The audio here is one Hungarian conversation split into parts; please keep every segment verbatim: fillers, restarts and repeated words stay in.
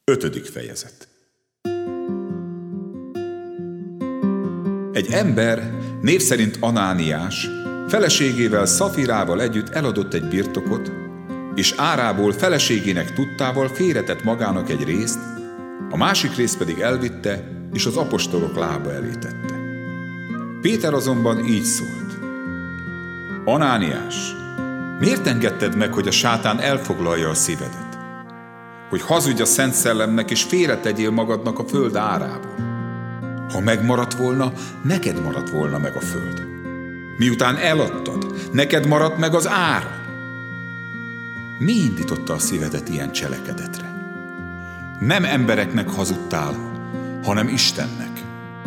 Ötödik fejezet. Egy ember, név szerint Anániás, feleségével Szafirával együtt eladott egy birtokot, és árából feleségének tudtával félretett magának egy részt, a másik részt pedig elvitte, és az apostolok lába elé tette. Péter azonban így szólt: Anániás, miért engedted meg, hogy a sátán elfoglalja a szívedet? Hogy hazudj a Szent Szellemnek, és félretegyél magadnak a föld árából. Ha megmaradt volna, neked maradt volna meg a föld. Miután eladtad, neked maradt meg az ára. Mi indította a szívedet ilyen cselekedetre? Nem embereknek hazudtál, hanem Istennek.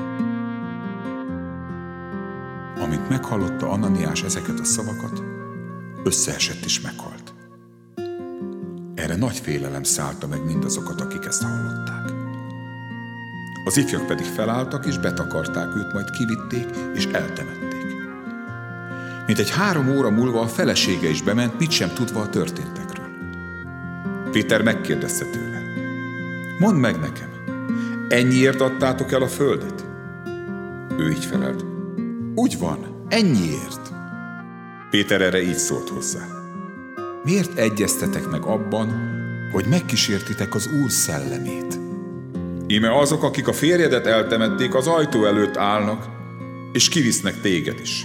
Amint meghallotta Ananiás ezeket a szavakat, összeesett és meghalt. Erre nagy félelem szállta meg mindazokat, akik ezt hallották. Az ifjak pedig felálltak, és betakarták őt, majd kivitték, és eltemették. Mintegy három óra múlva a felesége is bement, mit sem tudva a történtekről. Péter megkérdezte tőle: Mondd meg nekem, ennyiért adtátok el a földet? Ő így felelt: Úgy van, ennyiért. Péter erre így szólt hozzá: Miért egyeztetek meg abban, hogy megkísértitek az Úr szellemét? Íme azok, akik a férjedet eltemették, az ajtó előtt állnak, és kivisznek téged is.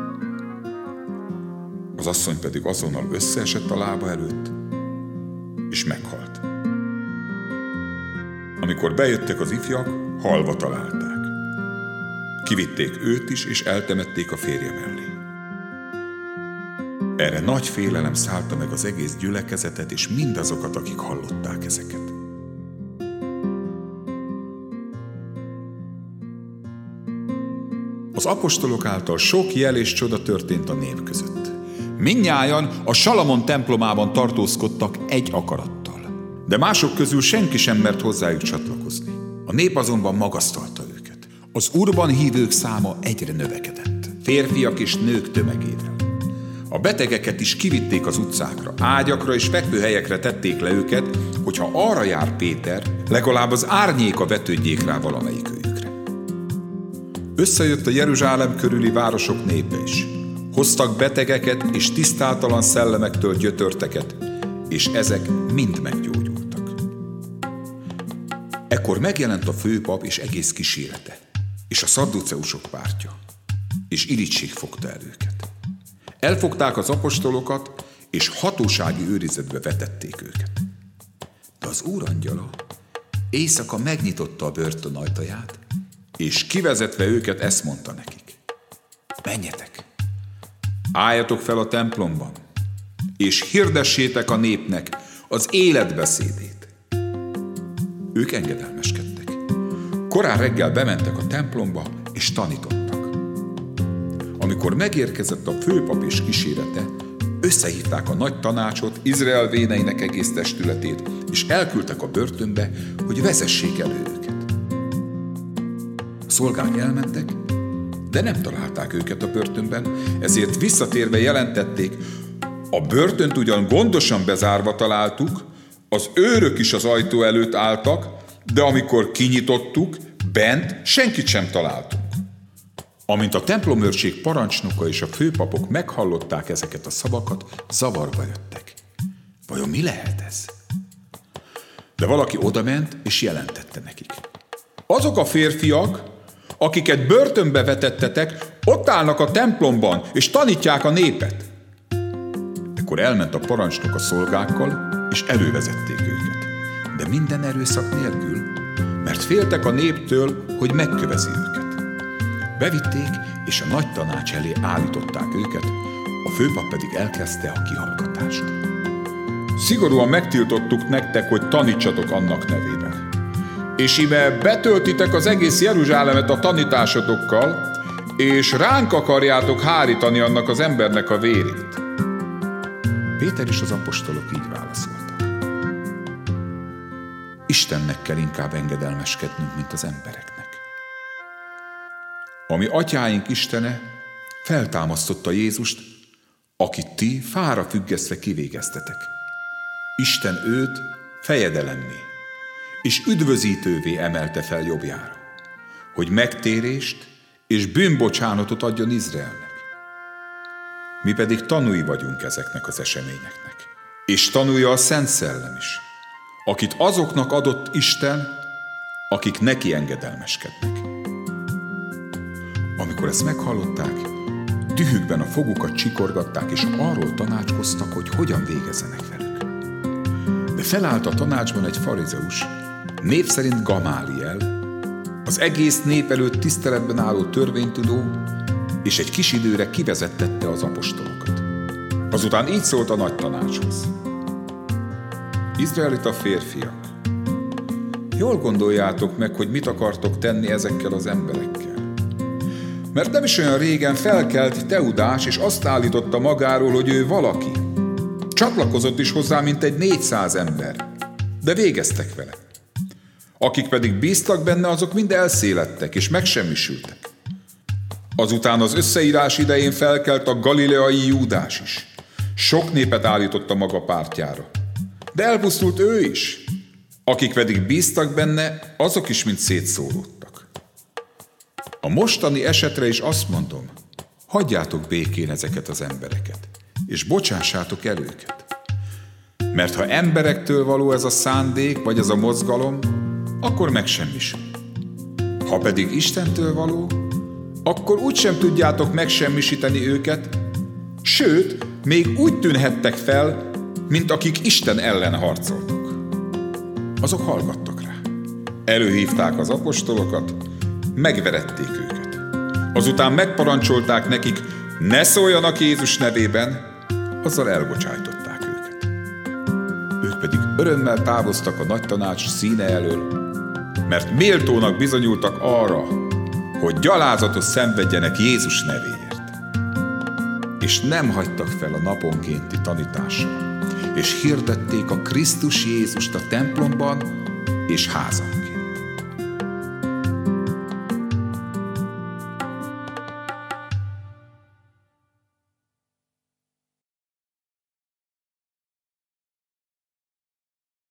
Az asszony pedig azonnal összeesett a lába előtt, és meghalt. Amikor bejöttek az ifjak, halva találták. Kivitték őt is, és eltemették a férje mellé. Erre nagy félelem szállta meg az egész gyülekezetet, és mindazokat, akik hallották ezeket. Az apostolok által sok jel és csoda történt a nép között. Mindnyájan a Salamon templomában tartózkodtak egy akarattal, de mások közül senki sem mert hozzájuk csatlakozni. A nép azonban magasztalta őket. Az Úrban hívők száma egyre növekedett, férfiak és nők tömegével. A betegeket is kivitték az utcákra, ágyakra és fekvőhelyekre tették le őket, hogyha arra jár Péter, legalább az árnyéka vetődjék rá valamelyik őjükre. Összejött a Jeruzsálem körüli városok népe is. Hoztak betegeket és tisztátalan szellemektől gyötörteket, és ezek mind meggyógyultak. Ekkor megjelent a főpap és egész kísérete, és a szadduceusok pártja, és irigység fogta el őket. Elfogták az apostolokat, és hatósági őrizetbe vetették őket. De az Úr angyala éjszaka megnyitotta a börtön ajtaját, és kivezetve őket ezt mondta nekik: Menjetek, álljatok fel a templomban, és hirdessétek a népnek az életbeszédét. Ők engedelmeskedtek. Korán reggel bementek a templomba, és tanítottak. Amikor megérkezett a főpap és kísérete, összehívták a nagy tanácsot, Izrael véneinek egész testületét, és elküldtek a börtönbe, hogy vezessék elő őket. A szolgák elmentek, de nem találták őket a börtönben, ezért visszatérve jelentették: A börtönt ugyan gondosan bezárva találtuk, az őrök is az ajtó előtt álltak, de amikor kinyitottuk, bent senkit sem találtunk. Amint a templomőrség parancsnoka és a főpapok meghallották ezeket a szavakat, zavarba jöttek. Vajon mi lehet ez? De valaki odament és jelentette nekik: Azok a férfiak, akiket börtönbe vetettetek, ott állnak a templomban, és tanítják a népet. Ekkor elment a parancsnok a szolgákkal, és elővezették őket. De minden erőszak nélkül, mert féltek a néptől, hogy megkövezi őket. Bevitték, és a nagy tanács elé állították őket, a főpap pedig elkezdte a kihallgatást. Szigorúan megtiltottuk nektek, hogy tanítsatok annak nevében. És íme betöltitek az egész Jeruzsálemet a tanításotokkal, és ránk akarjátok hárítani annak az embernek a vérét. Péter és az apostolok így válaszoltak: Istennek kell inkább engedelmeskednünk, mint az embereknek. A mi atyáink Istene feltámasztotta Jézust, akit ti fára függesztve kivégeztetek. Isten őt fejedelemmé, és üdvözítővé emelte fel jobbjára, hogy megtérést és bűnbocsánatot adjon Izraelnek. Mi pedig tanúi vagyunk ezeknek az eseményeknek, és tanúja a Szent Szellem is, akit azoknak adott Isten, akik neki engedelmeskednek. Amikor ezt meghallották, dühükben a fogukat csikorgatták, és arról tanácskoztak, hogy hogyan végezzenek velük. De felállt a tanácsban egy farizeus, név szerint Gamáliel, az egész nép előtt tiszteletben álló törvénytudó, és egy kis időre kivezettette az apostolokat. Azután így szólt a nagy tanácshoz: Izraelita férfiak, jól gondoljátok meg, hogy mit akartok tenni ezekkel az emberekkel. Mert nem is olyan régen felkelt Teudás, és azt állította magáról, hogy ő valaki. Csatlakozott is hozzá, mint egy négyszáz ember, de végeztek vele. Akik pedig bíztak benne, azok mind elszéledtek, és megsemmisültek. Azután az összeírás idején felkelt a galileai Júdás is. Sok népet állította maga pártjára, de elpusztult ő is. Akik pedig bíztak benne, azok is mind szétszóródtak. A mostani esetre is azt mondom, hagyjátok békén ezeket az embereket, és bocsássátok el őket. Mert ha emberektől való ez a szándék, vagy ez a mozgalom, akkor megsemmisül. Ha pedig Istentől való, akkor úgysem tudjátok megsemmisíteni őket, sőt, még úgy tűnhettek fel, mint akik Isten ellen harcoltok. Azok hallgattak rá. Előhívták az apostolokat, megverették őket. Azután megparancsolták nekik, ne szóljanak Jézus nevében, azzal elbocsájtották őket. Ők pedig örömmel távoztak a nagy tanács színe elől, mert méltónak bizonyultak arra, hogy gyalázatot szenvedjenek Jézus nevéért. És nem hagytak fel a naponkénti tanítással, és hirdették a Krisztus Jézust a templomban és házanként.